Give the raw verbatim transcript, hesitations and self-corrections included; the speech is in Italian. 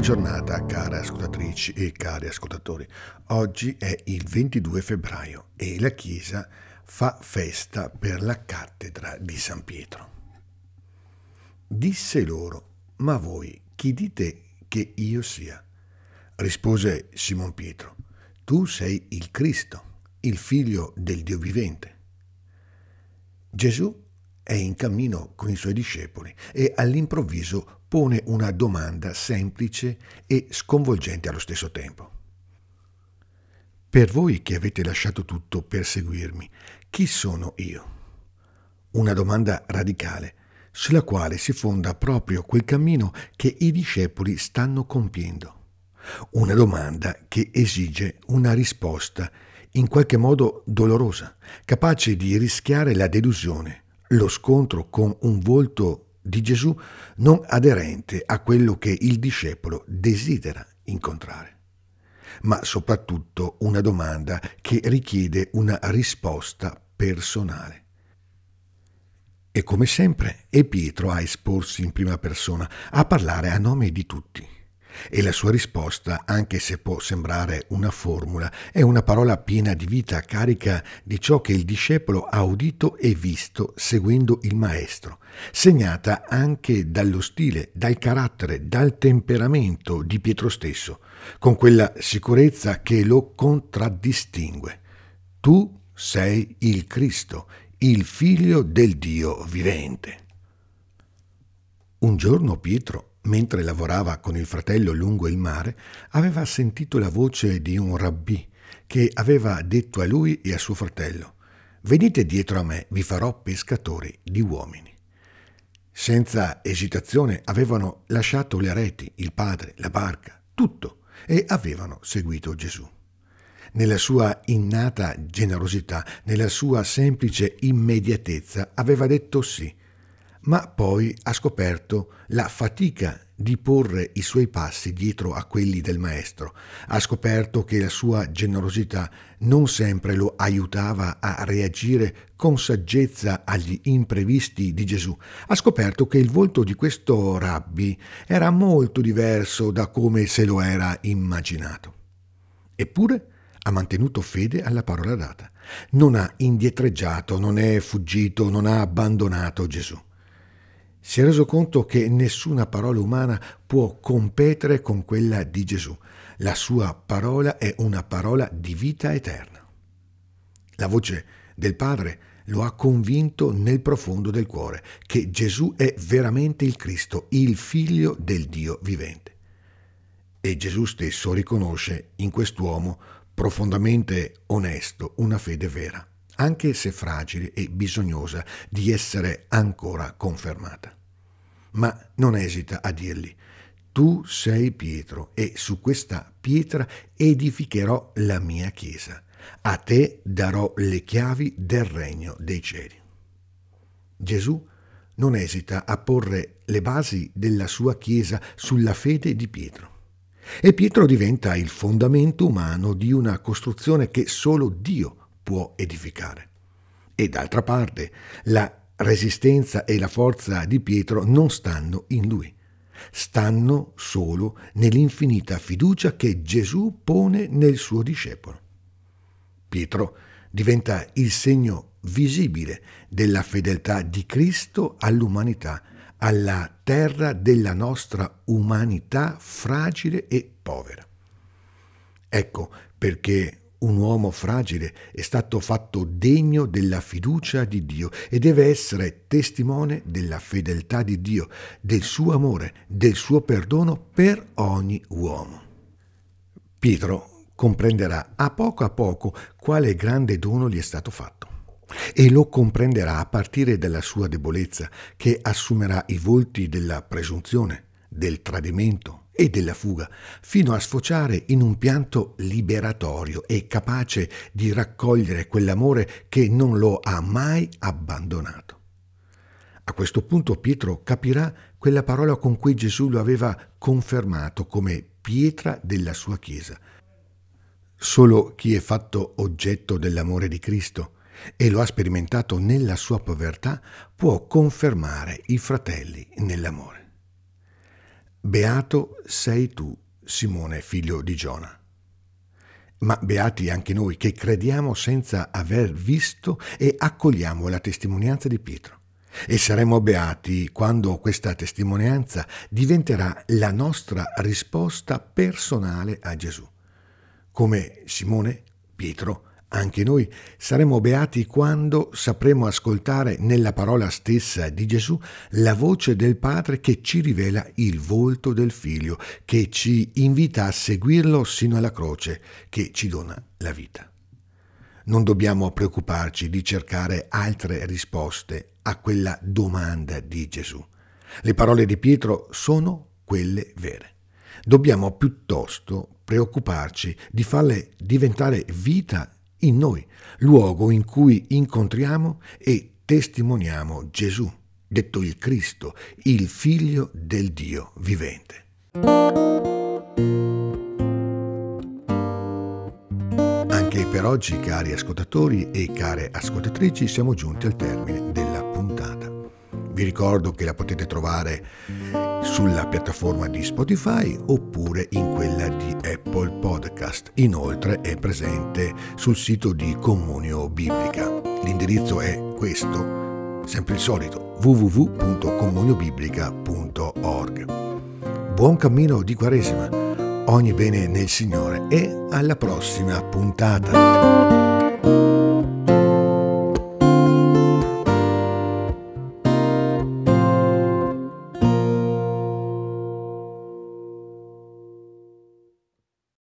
giornata, care ascoltatrici e cari ascoltatori. Oggi è il ventidue febbraio e la Chiesa fa festa per la cattedra di San Pietro. Disse loro: ma voi chi dite che io sia? Rispose Simon Pietro: tu sei il Cristo, il figlio del Dio vivente. Gesù è in cammino con i suoi discepoli e all'improvviso pone una domanda semplice e sconvolgente allo stesso tempo. Per voi che avete lasciato tutto per seguirmi, chi sono io? Una domanda radicale, sulla quale si fonda proprio quel cammino che i discepoli stanno compiendo. Una domanda che esige una risposta in qualche modo dolorosa, capace di rischiare la delusione, lo scontro con un volto di Gesù non aderente a quello che il discepolo desidera incontrare, ma soprattutto una domanda che richiede una risposta personale. E come sempre è Pietro a esporsi in prima persona, a parlare a nome di tutti. E la sua risposta, anche se può sembrare una formula, è una parola piena di vita, carica di ciò che il discepolo ha udito e visto seguendo il Maestro, segnata anche dallo stile, dal carattere, dal temperamento di Pietro stesso, con quella sicurezza che lo contraddistingue. Tu sei il Cristo, il Figlio del Dio vivente. Un giorno Pietro, mentre lavorava con il fratello lungo il mare, aveva sentito la voce di un rabbì che aveva detto a lui e a suo fratello: «Venite dietro a me, vi farò pescatori di uomini». Senza esitazione avevano lasciato le reti, il padre, la barca, tutto, e avevano seguito Gesù. Nella sua innata generosità, nella sua semplice immediatezza, aveva detto sì, ma poi ha scoperto la fatica di porre i suoi passi dietro a quelli del Maestro. Ha scoperto che la sua generosità non sempre lo aiutava a reagire con saggezza agli imprevisti di Gesù. Ha scoperto che il volto di questo rabbi era molto diverso da come se lo era immaginato. Eppure ha mantenuto fede alla parola data. Non ha indietreggiato, non è fuggito, non ha abbandonato Gesù. Si è reso conto che nessuna parola umana può competere con quella di Gesù. La sua parola è una parola di vita eterna. La voce del Padre lo ha convinto nel profondo del cuore che Gesù è veramente il Cristo, il Figlio del Dio vivente. E Gesù stesso riconosce in quest'uomo profondamente onesto una fede vera, anche se fragile e bisognosa di essere ancora confermata. Ma non esita a dirgli: tu sei Pietro e su questa pietra edificherò la mia chiesa. A te darò le chiavi del regno dei cieli. Gesù non esita a porre le basi della sua chiesa sulla fede di Pietro. E Pietro diventa il fondamento umano di una costruzione che solo Dio può edificare. E d'altra parte, la resistenza e la forza di Pietro non stanno in lui, stanno solo nell'infinita fiducia che Gesù pone nel suo discepolo. Pietro diventa il segno visibile della fedeltà di Cristo all'umanità, alla terra della nostra umanità fragile e povera. Ecco perché un uomo fragile è stato fatto degno della fiducia di Dio e deve essere testimone della fedeltà di Dio, del suo amore, del suo perdono per ogni uomo. Pietro comprenderà a poco a poco quale grande dono gli è stato fatto e lo comprenderà a partire dalla sua debolezza, che assumerà i volti della presunzione, del tradimento e della fuga, fino a sfociare in un pianto liberatorio e capace di raccogliere quell'amore che non lo ha mai abbandonato. A questo punto Pietro capirà quella parola con cui Gesù lo aveva confermato come pietra della sua Chiesa. Solo chi è fatto oggetto dell'amore di Cristo e lo ha sperimentato nella sua povertà può confermare i fratelli nell'amore. beato sei tu, Simone, figlio di Giona. Ma beati anche noi che crediamo senza aver visto e accogliamo la testimonianza di Pietro. E saremo beati quando questa testimonianza diventerà la nostra risposta personale a Gesù. Come Simone, Pietro, anche noi saremo beati quando sapremo ascoltare nella parola stessa di Gesù la voce del Padre che ci rivela il volto del Figlio, che ci invita a seguirlo sino alla croce, che ci dona la vita. Non dobbiamo preoccuparci di cercare altre risposte a quella domanda di Gesù. Le parole di Pietro sono quelle vere. Dobbiamo piuttosto preoccuparci di farle diventare vita in noi, luogo in cui incontriamo e testimoniamo Gesù, detto il Cristo, il Figlio del Dio vivente. Anche per oggi, cari ascoltatori e care ascoltatrici, siamo giunti al termine della puntata. Vi ricordo che la potete trovare sulla piattaforma di Spotify oppure in quella di Apple Podcast. Inoltre è presente sul sito di Comunio Biblica. L'indirizzo è questo, sempre il solito, w w w punto comunio biblica punto org. Buon cammino di Quaresima, ogni bene nel Signore e alla prossima puntata.